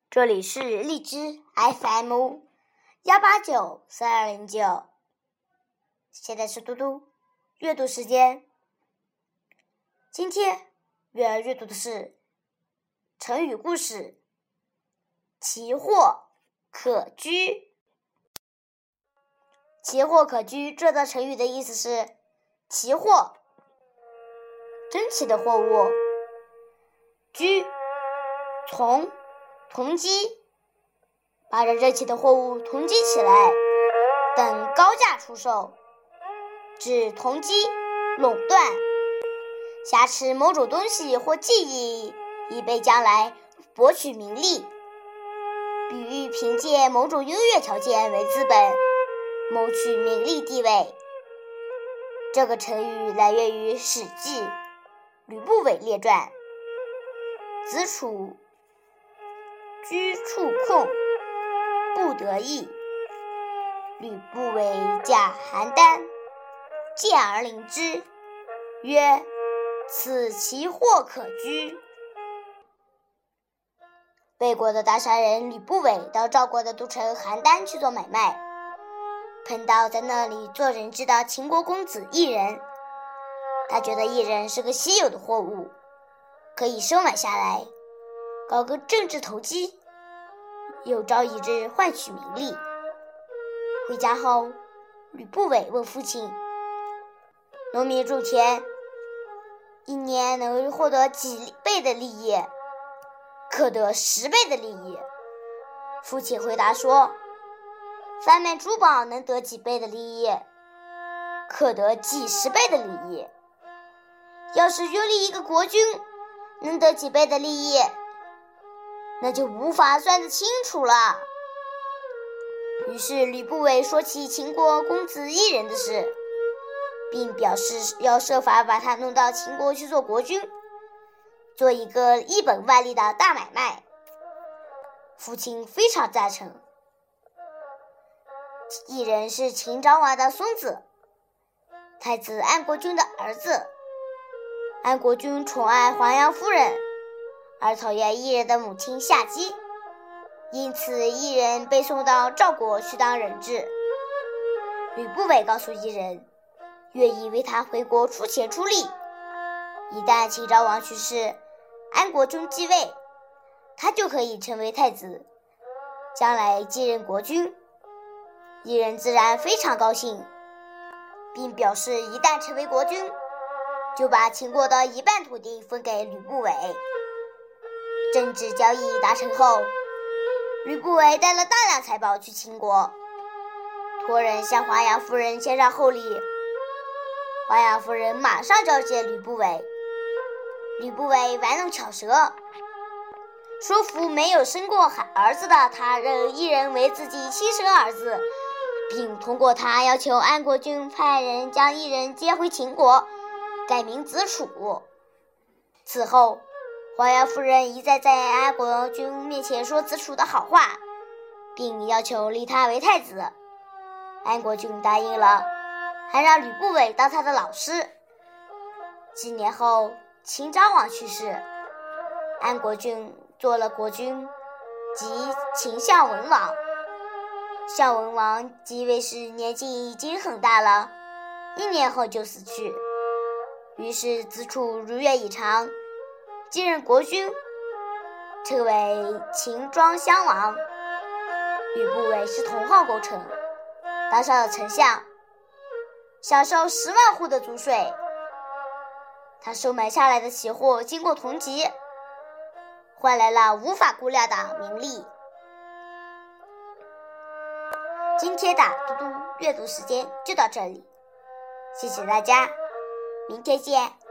这里是荔枝 FM1894209，现在是嘟嘟阅读时间。今天阅读的是成语故事奇货可居。奇货可居这个成语的意思是奇货，珍奇的货物，居，同积，把这珍奇的货物同积起来，等高价出售，指同积、垄断，挟持某种东西或技艺，以备将来博取名利，比喻凭借某种优越条件为资本，谋取名利地位。这个成语来源于《史记·吕不韦列传》，子楚居处空，不得意。吕不韦驾邯郸，见而临之，曰：此奇货可居。魏国的大商人吕不韦到赵国的都城邯郸去做买卖，碰到在那里做人质的秦国公子异人。他觉得异人是个稀有的货物，可以收买下来，搞个政治投机，有朝一日换取名利。回家后，吕不韦问父亲，农民种田一年能获得几倍的利益？可得10倍的利益。父亲回答说，贩卖珠宝能得几倍的利益？可得几十倍的利益。要是拥立一个国君，能得几倍的利益？那就无法算得清楚了。于是吕不韦说起秦国公子异人的事，并表示要设法把他弄到秦国去做国君，做一个一本万利的大买卖。父亲非常赞成。异人是秦昭王的孙子，太子安国君的儿子。安国君宠爱黄杨夫人，而讨厌异人的母亲夏姬，因此异人被送到赵国去当人质。吕不韦告诉异人，愿意为他回国出钱出力，一旦秦昭王去世，安国君继位，他就可以成为太子，将来继任国君。异人自然非常高兴，并表示一旦成为国君，就把秦国的一半土地分给吕不韦。政治交易达成后，吕不韦带了大量财宝去秦国，托人向华阳夫人献上厚礼。华阳夫人马上召见吕不韦，吕不韦玩弄巧舌，说服没有生过儿子的他认异人为自己亲生儿子，并通过他要求安国君派人将异人接回秦国，改名子楚。此后华阳夫人一再在安国君面前说子楚的好话，并要求立他为太子。安国君答应了，还让吕不韦当他的老师。几年后，秦昭王去世，安国君做了国君，即秦孝文王。孝文王即位时年纪已经很大了，1年后就死去。于是子楚如愿以偿，继任国君，称为秦庄襄王。吕不韦是同号功臣，当上了丞相，享受10万户的租税。他收买下来的奇货经过同级，换来了无法估量的名利。今天的嘟嘟阅读时间就到这里，谢谢大家，明天见。